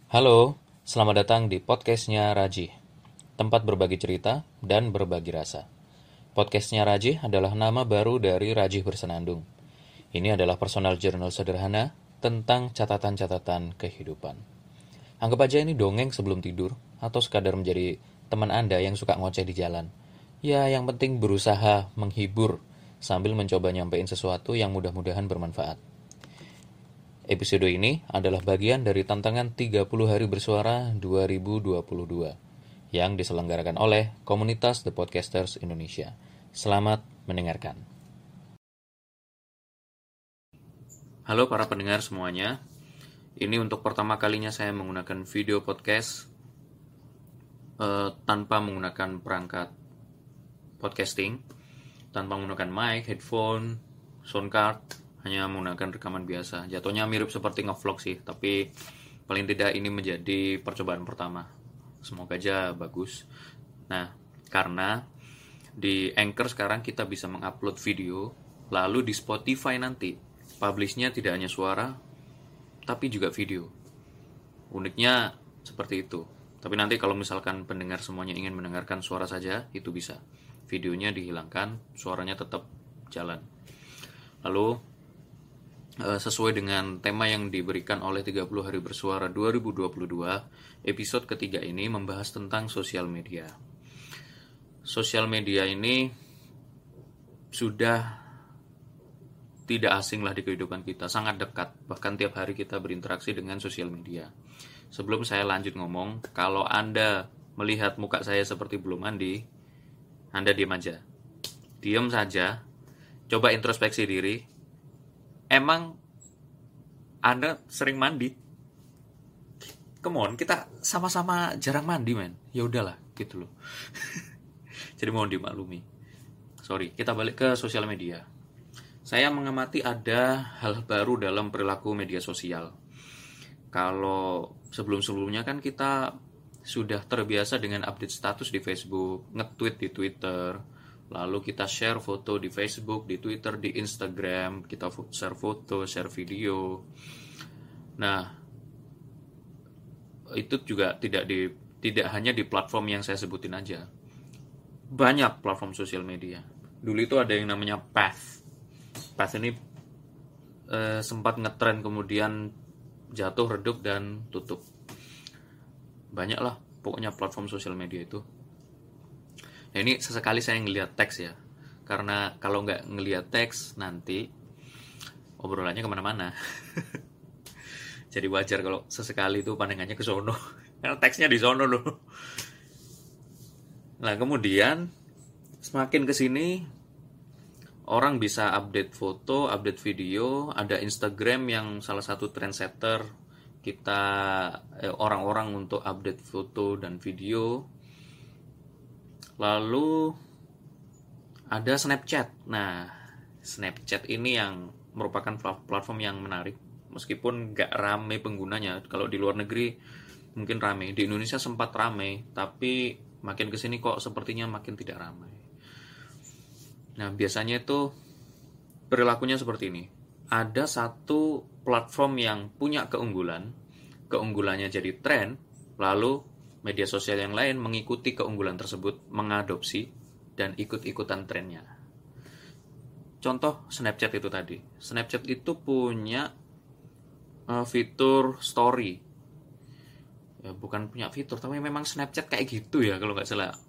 Halo, selamat datang di podcastnya Raji, tempat berbagi cerita dan berbagi rasa. Podcastnya Raji adalah nama baru dari Raji Bersenandung. Ini adalah personal journal sederhana tentang catatan-catatan kehidupan. Anggap aja ini dongeng sebelum tidur, atau sekadar menjadi teman Anda yang suka ngoceh di jalan. Ya, yang penting berusaha menghibur sambil mencoba nyampein sesuatu yang mudah-mudahan bermanfaat. Episode ini adalah bagian dari tantangan 30 hari bersuara 2022 yang diselenggarakan oleh komunitas The Podcasters Indonesia. Selamat mendengarkan. Halo para pendengar semuanya. Ini untuk pertama kalinya saya menggunakan video podcast tanpa menggunakan perangkat podcasting, tanpa menggunakan mic, headphone, sound card, hanya menggunakan rekaman biasa. Jatuhnya mirip seperti ngevlog sih, tapi paling tidak ini menjadi percobaan pertama. Semoga aja bagus. Nah, karena di Anchor sekarang kita bisa mengupload video, lalu di Spotify nanti publishnya tidak hanya suara, tapi juga video. Uniknya seperti itu. Tapi nanti kalau misalkan pendengar semuanya ingin mendengarkan suara saja, itu bisa. Videonya dihilangkan, suaranya tetap jalan. Lalu sesuai dengan tema yang diberikan oleh 30 hari bersuara 2022, episode ketiga ini membahas tentang sosial media. Sosial media ini sudah tidak asing lah di kehidupan kita, sangat dekat, bahkan tiap hari kita berinteraksi dengan sosial media. Sebelum saya lanjut ngomong, kalau Anda melihat muka saya seperti belum mandi, Anda diam aja. Diam saja, coba introspeksi diri. Emang Anda sering mandi? Come on, kita sama-sama jarang mandi, men. Ya udahlah, gitu loh. Jadi mohon dimaklumi. Sorry, kita balik ke sosial media. Saya mengamati ada hal baru dalam perilaku media sosial. Kalau sebelum-sebelumnya kan kita sudah terbiasa dengan update status di Facebook, nge-tweet di Twitter, lalu kita share foto di Facebook, di Twitter, di Instagram, kita share foto, share video. Nah, itu juga tidak hanya di platform yang saya sebutin aja. Banyak platform sosial media. Dulu itu ada yang namanya Path. Path ini sempat ngetren, kemudian jatuh, redup, dan tutup. Banyak lah pokoknya platform sosial media itu. Nah, ini sesekali saya ngelihat teks ya, karena kalau nggak ngelihat teks nanti obrolannya kemana-mana. Jadi wajar kalau sesekali itu pandangannya ke sono, karena teksnya di sono loh. Nah, kemudian semakin kesini orang bisa update foto, update video, ada Instagram yang salah satu trendsetter kita orang-orang untuk update foto dan video. Lalu ada Snapchat. Nah, Snapchat ini yang merupakan platform yang menarik. Meskipun nggak rame penggunanya. Kalau di luar negeri mungkin rame. Di Indonesia sempat rame, tapi makin kesini kok sepertinya makin tidak ramai. Nah, biasanya itu perilakunya seperti ini. Ada satu platform yang punya keunggulannya jadi tren, lalu media sosial yang lain mengikuti keunggulan tersebut, mengadopsi, dan ikut-ikutan trennya. Contoh Snapchat itu tadi. Snapchat itu punya fitur story. Ya, bukan punya fitur, tapi memang Snapchat kayak gitu ya, kalau nggak salah.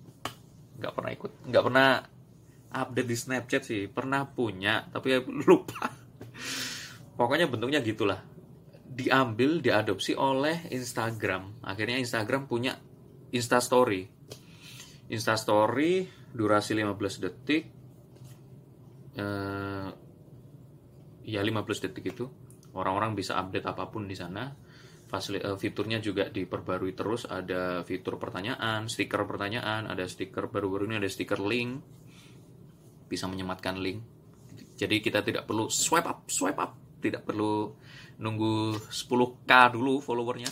Nggak pernah update di Snapchat sih. Pernah punya, tapi lupa. Pokoknya bentuknya gitulah. Diadopsi oleh Instagram. Akhirnya Instagram punya Instastory. Instastory durasi 15 detik. Ya 15 detik itu. Orang-orang bisa update apapun di sana. Fiturnya juga diperbarui terus. Ada fitur pertanyaan, stiker pertanyaan, ada stiker baru-baru ini, ada stiker link. Bisa menyematkan link. Jadi kita tidak perlu swipe up. Tidak perlu nunggu 10k dulu followernya.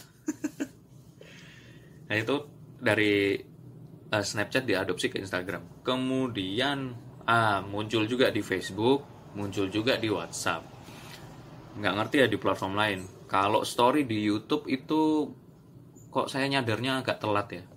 Nah, itu dari Snapchat diadopsi ke Instagram. Kemudian muncul juga di Facebook, muncul juga di WhatsApp. Nggak ngerti ya di platform lain. Kalau story di YouTube itu kok saya nyadarnya agak telat ya.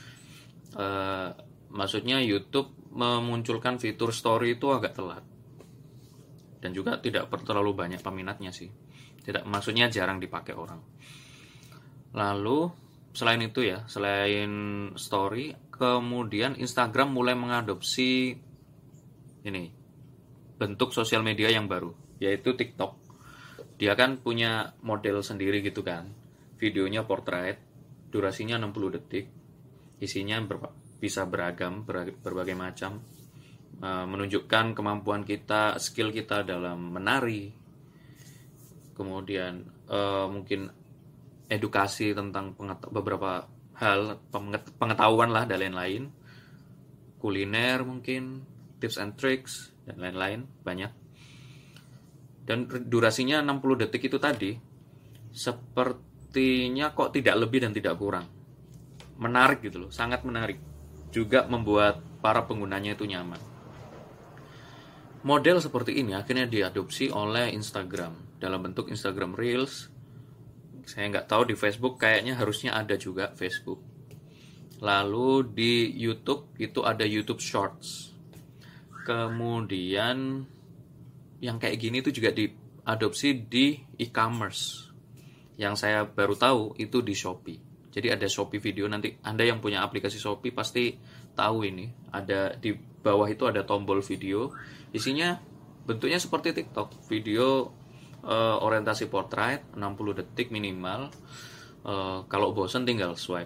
Maksudnya YouTube memunculkan fitur story itu agak telat. Dan juga tidak terlalu banyak peminatnya sih. Tidak, maksudnya jarang dipakai orang. Lalu selain itu ya, selain story, kemudian Instagram mulai mengadopsi ini bentuk sosial media yang baru, yaitu TikTok. Dia kan punya model sendiri gitu kan. Videonya portrait, durasinya 60 detik. Isinya bisa beragam, berbagai macam. Menunjukkan kemampuan kita, skill kita dalam menari. Kemudian mungkin edukasi tentang beberapa hal, pengetahuan lah dan lain-lain. Kuliner mungkin, tips and tricks dan lain-lain, banyak. Dan durasinya 60 detik itu tadi sepertinya kok tidak lebih dan tidak kurang. Menarik gitu loh, sangat menarik. Juga membuat para penggunanya itu nyaman. Model seperti ini akhirnya diadopsi oleh Instagram dalam bentuk Instagram Reels. Saya nggak tahu di Facebook, kayaknya harusnya ada juga Facebook. Lalu di YouTube itu ada YouTube Shorts. Kemudian yang kayak gini itu juga diadopsi di e-commerce. Yang saya baru tahu itu di Shopee. Jadi ada Shopee Video, nanti Anda yang punya aplikasi Shopee pasti tahu ini. Ada di bawah itu ada tombol video. Isinya bentuknya seperti TikTok. Video orientasi portrait 60 detik minimal. Kalau bosen tinggal swipe,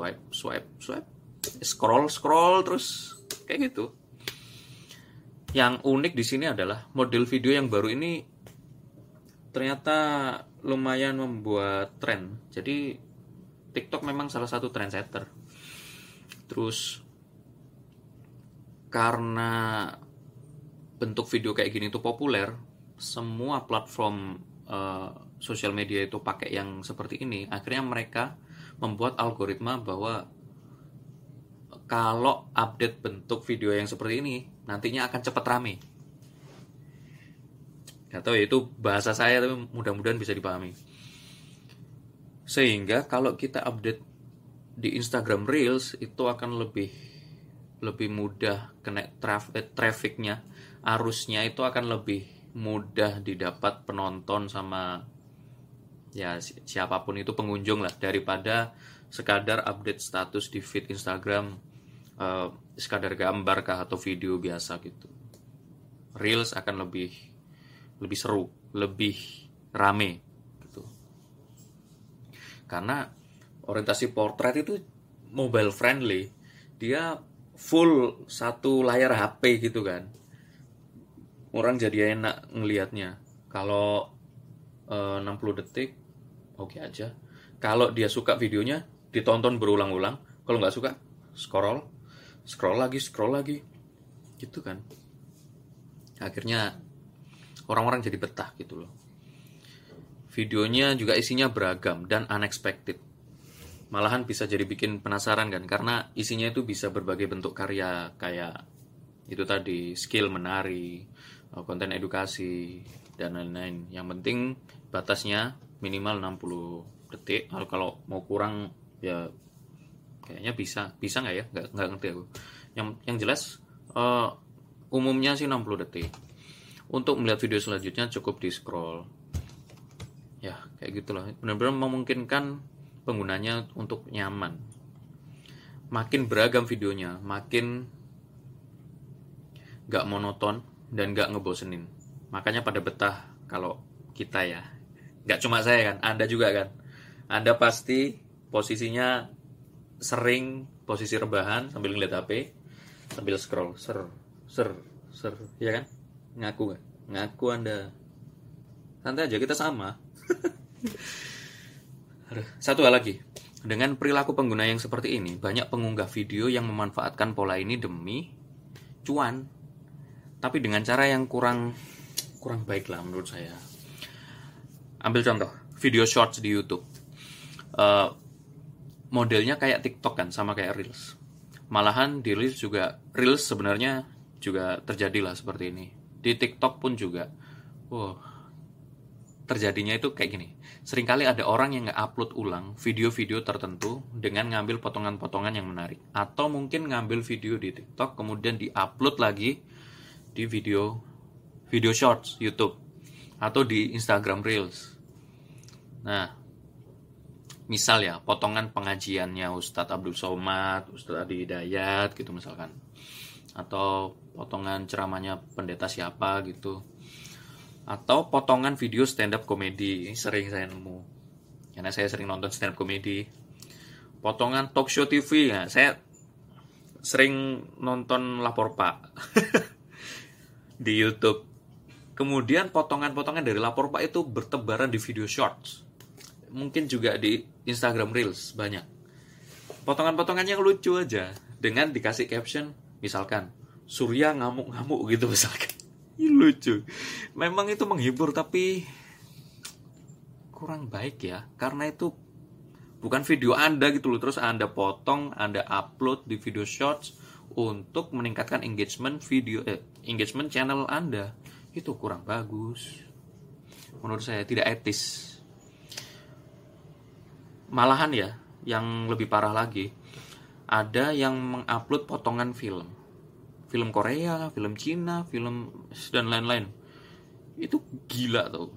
scroll terus kayak gitu. Yang unik di sini adalah model video yang baru ini ternyata lumayan membuat tren. Jadi TikTok memang salah satu trendsetter. Terus karena bentuk video kayak gini tuh populer, semua platform sosial media itu pakai yang seperti ini. Akhirnya mereka membuat algoritma bahwa kalau update bentuk video yang seperti ini nantinya akan cepat rame. Gak tahu ya, itu bahasa saya, tapi mudah-mudahan bisa dipahami. Sehingga kalau kita update di Instagram Reels itu akan lebih mudah kena trafficnya, arusnya itu akan lebih mudah didapat penonton sama ya siapapun itu pengunjung lah, daripada sekadar update status di feed Instagram, sekadar gambar kah atau video biasa gitu. Reels akan lebih seru, lebih rame gitu. Karena orientasi portrait itu mobile friendly, dia full satu layar HP gitu kan. Orang jadi enak ngelihatnya. Kalau 60 detik oke aja. Kalau dia suka videonya ditonton berulang-ulang. Kalau nggak suka scroll lagi gitu kan. Akhirnya orang-orang jadi betah gitu loh. Videonya juga isinya beragam dan unexpected. Malahan bisa jadi bikin penasaran kan, karena isinya itu bisa berbagai bentuk karya, kayak itu tadi, skill menari, konten edukasi dan lain-lain. Yang penting batasnya minimal 60 detik. Kalau mau kurang ya kayaknya bisa nggak ya, nggak ngerti aku. Yang jelas umumnya sih 60 detik. Untuk melihat video selanjutnya cukup di scroll ya, kayak gitulah. Benar-benar memungkinkan penggunanya untuk nyaman. Makin beragam videonya, makin nggak monoton dan nggak ngebosenin. Makanya pada betah kalau kita ya. Nggak cuma saya kan, Anda juga kan. Anda pasti posisinya sering posisi rebahan sambil ngeliat HP, sambil scroll, ser, ya kan? Ngaku kan? Ngaku Anda. Santai aja, kita sama. Satu hal lagi, dengan perilaku pengguna yang seperti ini, banyak pengunggah video yang memanfaatkan pola ini demi cuan, tapi dengan cara yang kurang baik lah menurut saya. Ambil contoh, video shorts di YouTube. Modelnya kayak TikTok kan, sama kayak Reels. Malahan di Reels sebenarnya juga terjadilah seperti ini. Di TikTok pun juga. terjadinya itu kayak gini. Seringkali ada orang yang nge-upload ulang video-video tertentu dengan ngambil potongan-potongan yang menarik. Atau mungkin ngambil video di TikTok kemudian di-upload lagi di video shorts YouTube atau di Instagram Reels. Nah, misal ya, potongan pengajiannya Ustadz Abdul Somad, Ustadz Adi Hidayat gitu misalkan. Atau potongan ceramahnya pendeta siapa gitu. Atau potongan video stand up komedi. Ini sering saya nemu. Karena saya sering nonton stand up komedi. Potongan talk show TV. Ya, saya sering nonton Lapor Pak di YouTube. Kemudian potongan-potongan dari Lapor Pak itu bertebaran di video shorts. Mungkin juga di Instagram Reels banyak. Potongan-potongannya lucu aja dengan dikasih caption misalkan Surya ngamuk-ngamuk gitu misalkan. Ini lucu. Memang itu menghibur tapi kurang baik ya, karena itu bukan video Anda gitu loh. Terus Anda potong, Anda upload di video shorts untuk meningkatkan engagement engagement channel Anda. Itu kurang bagus. Menurut saya tidak etis. Malahan ya, yang lebih parah lagi, ada yang mengupload potongan film Korea, film Cina, film dan lain-lain. Itu gila tuh.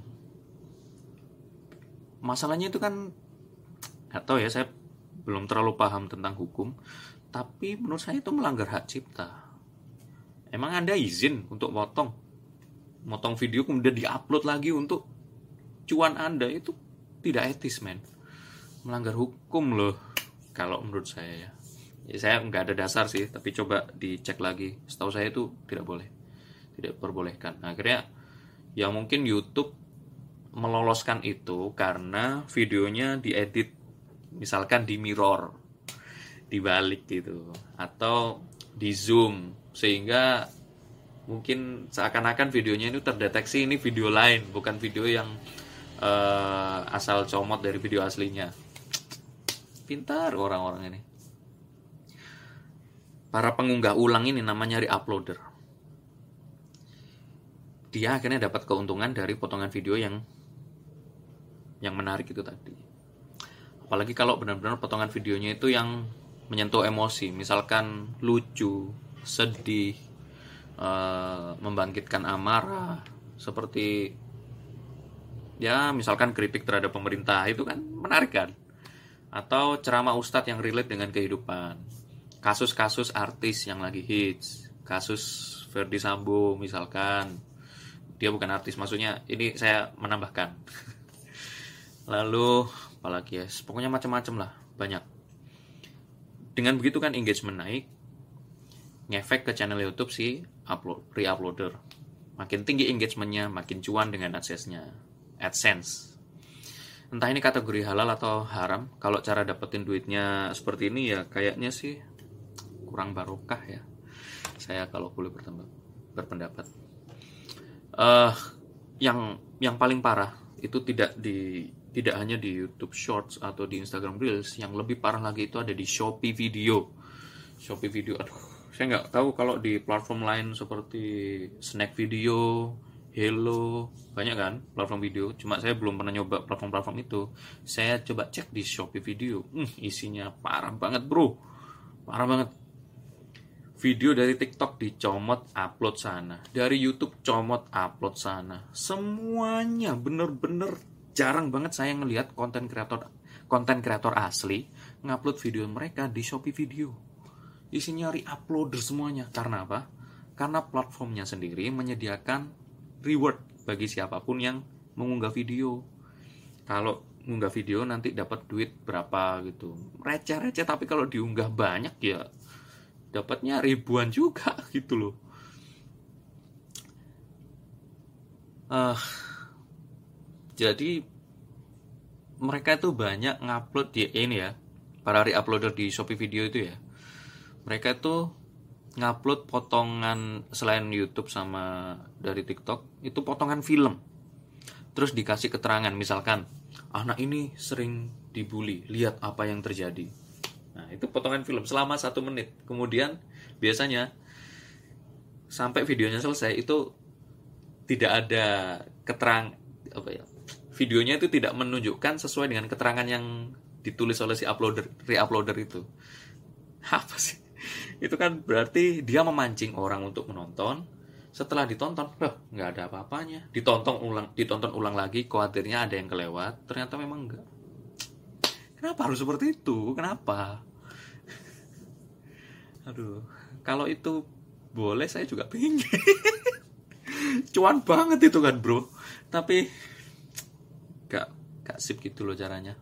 Masalahnya itu kan, nggak tahu ya, saya belum terlalu paham tentang hukum, tapi menurut saya itu melanggar hak cipta. Emang Anda izin untuk motong video kemudian diupload lagi untuk cuan Anda? Itu tidak etis, men. Melanggar hukum loh, kalau menurut saya ya. Ya, saya nggak ada dasar sih, tapi coba dicek lagi. Setahu saya itu tidak boleh, tidak diperbolehkan. Nah, akhirnya ya mungkin YouTube meloloskan itu karena videonya diedit, misalkan di mirror, dibalik gitu, atau di zoom, sehingga mungkin seakan-akan videonya itu terdeteksi ini video lain, bukan video yang asal comot dari video aslinya. Pintar orang-orang ini. Para pengunggah ulang ini namanya re-uploader. Dia akhirnya dapat keuntungan dari potongan video yang menarik itu tadi. Apalagi kalau benar-benar potongan videonya itu yang menyentuh emosi, misalkan lucu, sedih, membangkitkan amarah, seperti ya misalkan kritik terhadap pemerintah, itu kan menarik kan? Atau ceramah ustadz yang relate dengan kehidupan. Kasus-kasus artis yang lagi hits, kasus Ferdy Sambo misalkan, dia bukan artis, maksudnya ini saya menambahkan. Lalu apalagi ya, pokoknya macam-macam lah, banyak. Dengan begitu kan engagement naik, ngefek ke channel YouTube si re-uploader. Makin tinggi engagementnya, makin cuan dengan AdSense. Entah ini kategori halal atau haram. Kalau cara dapetin duitnya seperti ini ya kayaknya sih kurang barokah ya. Saya kalau boleh berpendapat. Yang paling parah itu tidak hanya di YouTube Shorts atau di Instagram Reels, yang lebih parah lagi itu ada di Shopee Video. Aduh, saya nggak tahu kalau di platform lain seperti Snack Video, Hello, banyak kan platform video. Cuma saya belum pernah nyoba platform itu. Saya coba cek di Shopee Video. Isinya parah banget, bro. Parah banget. Video dari TikTok dicomot, upload sana. Dari YouTube comot, upload sana. Semuanya bener-bener jarang banget saya ngelihat konten kreator asli ngupload video mereka di Shopee Video. Isinya re-uploader semuanya. Karena apa? Karena platformnya sendiri menyediakan reward bagi siapapun yang mengunggah video. Kalau mengunggah video nanti dapat duit berapa gitu. Receh-receh, tapi kalau diunggah banyak ya dapatnya ribuan juga gitu loh. Jadi mereka itu banyak ngupload di ini ya, para re-uploader di Shopee Video itu ya. Mereka itu ngupload potongan selain YouTube sama dari TikTok, itu potongan film. Terus dikasih keterangan, misalkan anak ini sering dibully, lihat apa yang terjadi. Nah, itu potongan film selama 1 menit. Kemudian biasanya sampai videonya selesai itu tidak ada videonya itu tidak menunjukkan sesuai dengan keterangan yang ditulis oleh si re-uploader itu. Apa sih? Itu kan berarti dia memancing orang untuk menonton. Setelah ditonton, nggak ada apa-apanya. Ditonton ulang lagi, khawatirnya ada yang kelewat. Ternyata memang enggak. Kenapa harus seperti itu? Kenapa? Aduh, kalau itu boleh saya juga pengen. Cuan banget itu kan bro. Tapi gak sip gitu loh caranya.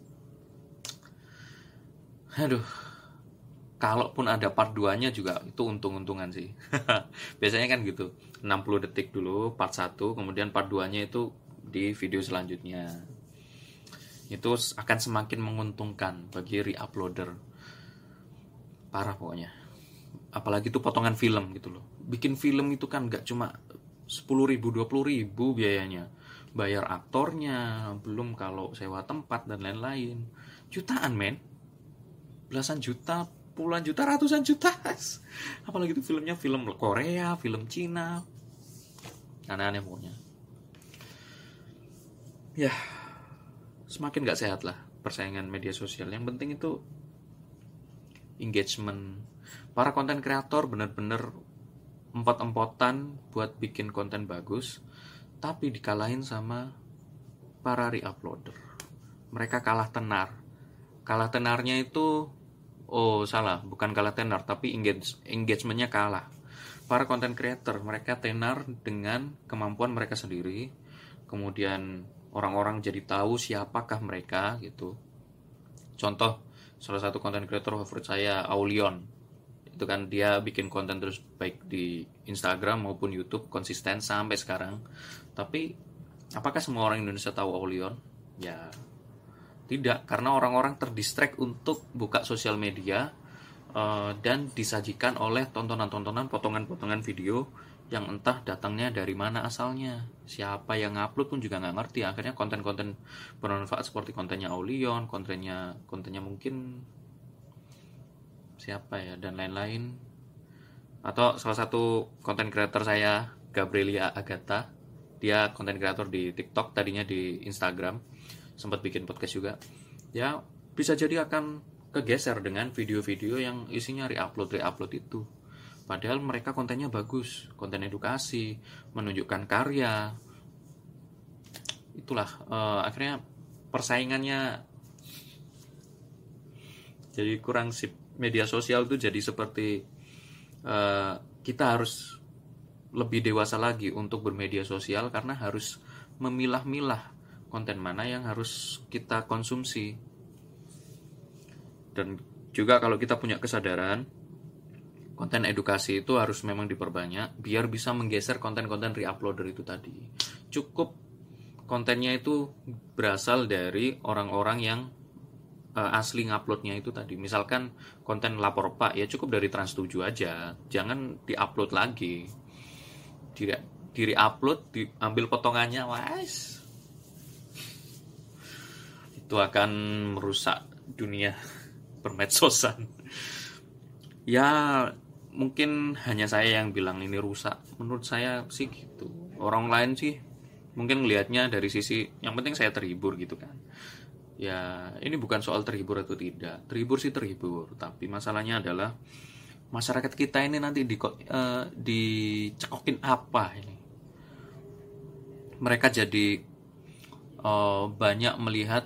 Aduh, kalaupun ada part 2-nya juga itu untung-untungan sih. Biasanya kan gitu, 60 detik dulu part 1, kemudian part 2-nya itu di video selanjutnya. Itu akan semakin menguntungkan bagi re-uploader. Parah pokoknya. Apalagi itu potongan film gitu loh. Bikin film itu kan gak cuma 10.000, 20.000 biayanya. Bayar aktornya, belum kalau sewa tempat dan lain-lain. Jutaan men. Belasan juta, puluhan juta, ratusan juta. Apalagi itu filmnya film Korea, film Cina. Aneh-aneh pokoknya. Ya, semakin gak sehat lah persaingan media sosial. Yang penting itu engagement. Para konten kreator bener-bener empot-empotan buat bikin konten bagus, tapi dikalahin sama para re-uploader. Mereka kalah tenar. Kalah tenarnya itu, salah, bukan kalah tenar, tapi engagementnya kalah. Para konten creator, mereka tenar dengan kemampuan mereka sendiri. Kemudian orang-orang jadi tahu siapakah mereka gitu. Contoh, salah satu konten creator favorit saya, Aulion. Itu kan dia bikin konten terus baik di Instagram maupun YouTube konsisten sampai sekarang. Tapi apakah semua orang Indonesia tahu Aulion? Ya tidak, karena orang-orang terdistract untuk buka sosial media dan disajikan oleh tontonan-tontonan, potongan-potongan video yang entah datangnya dari mana asalnya, siapa yang ngupload pun juga nggak ngerti. Akhirnya konten-konten bermanfaat seperti kontennya Aulion, kontennya mungkin siapa ya dan lain-lain. Atau salah satu konten creator saya, Gabrielia Agatha, dia konten creator di TikTok, tadinya di Instagram, sempat bikin podcast juga. Ya bisa jadi akan kegeser dengan video-video yang isinya re-upload itu. Padahal mereka kontennya bagus, konten edukasi, menunjukkan karya. Itulah akhirnya persaingannya jadi kurang sip. Media sosial itu jadi seperti kita harus lebih dewasa lagi untuk bermedia sosial, karena harus memilah-milah konten mana yang harus kita konsumsi. Dan juga kalau kita punya kesadaran, konten edukasi itu harus memang diperbanyak biar bisa menggeser konten-konten re-uploader itu tadi. Cukup kontennya itu berasal dari orang-orang yang asli nguploadnya itu tadi. Misalkan konten lapor Pak, ya cukup dari Trans 7 aja, jangan diupload lagi. Di upload, diambil potongannya, wes itu akan merusak dunia permedsosan. Ya mungkin hanya saya yang bilang ini rusak. Menurut saya sih gitu. Orang lain sih mungkin ngelihatnya dari sisi yang penting saya terhibur gitu kan. Ya ini bukan soal terhibur atau tidak. Terhibur sih terhibur, tapi masalahnya adalah masyarakat kita ini nanti dicekokin apa ini. Mereka jadi banyak melihat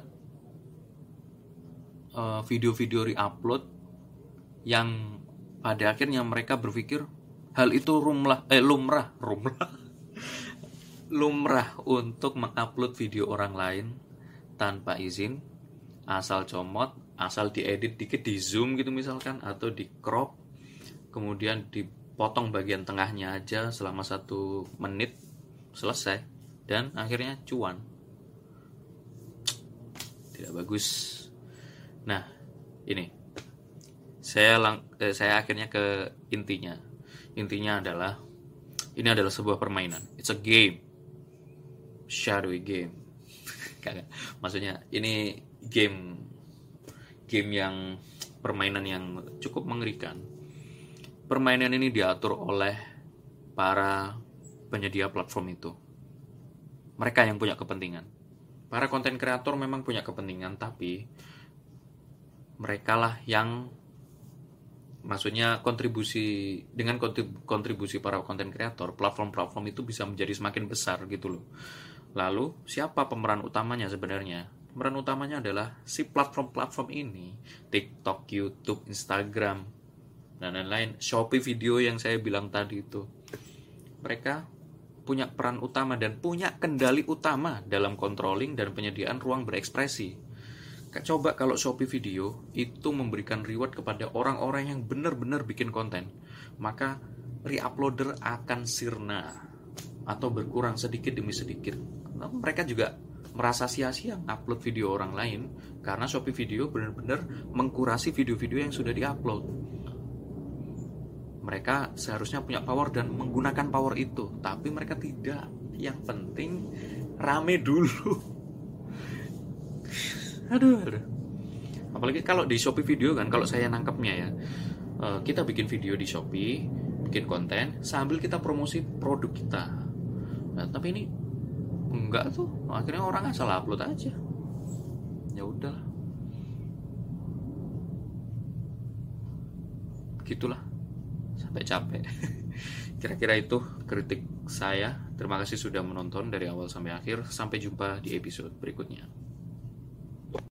video-video re-upload yang pada akhirnya mereka berpikir hal itu lumrah untuk mengupload video orang lain tanpa izin, asal comot, asal diedit dikit, di zoom gitu misalkan, atau di crop, kemudian dipotong bagian tengahnya aja selama 1 menit, selesai, dan akhirnya cuan. Tidak bagus. Nah, ini saya akhirnya ke intinya. Intinya adalah ini adalah sebuah permainan. It's a game, shadowy game. Maksudnya ini game yang permainan yang cukup mengerikan. Permainan ini diatur oleh para penyedia platform itu. Mereka yang punya kepentingan. Para konten kreator memang punya kepentingan, tapi mereka lah yang, maksudnya kontribusi, dengan kontribusi para konten kreator, platform-platform itu bisa menjadi semakin besar gitu loh. Lalu siapa pemeran utamanya sebenarnya? Pemeran utamanya adalah si platform-platform ini, TikTok, YouTube, Instagram, dan lain-lain, Shopee Video yang saya bilang tadi itu. Mereka punya peran utama dan punya kendali utama dalam controlling dan penyediaan ruang berekspresi. Coba kalau Shopee Video itu memberikan reward kepada orang-orang yang benar-benar bikin konten, maka reuploader akan sirna atau berkurang sedikit demi sedikit. Mereka juga merasa sia-sia upload video orang lain karena Shopee Video benar-benar mengkurasi video-video yang sudah diupload. Mereka seharusnya punya power dan menggunakan power itu, tapi mereka tidak. Yang penting rame dulu. Aduh. Apalagi kalau di Shopee Video kan, kalau saya nangkepnya ya, kita bikin video di Shopee, bikin konten sambil kita promosi produk kita. Nah, tapi ini enggak tuh, akhirnya orang asal upload aja. Ya udahlah. Gitulah. Sampai capek. Kira-kira itu kritik saya. Terima kasih sudah menonton dari awal sampai akhir. Sampai jumpa di episode berikutnya.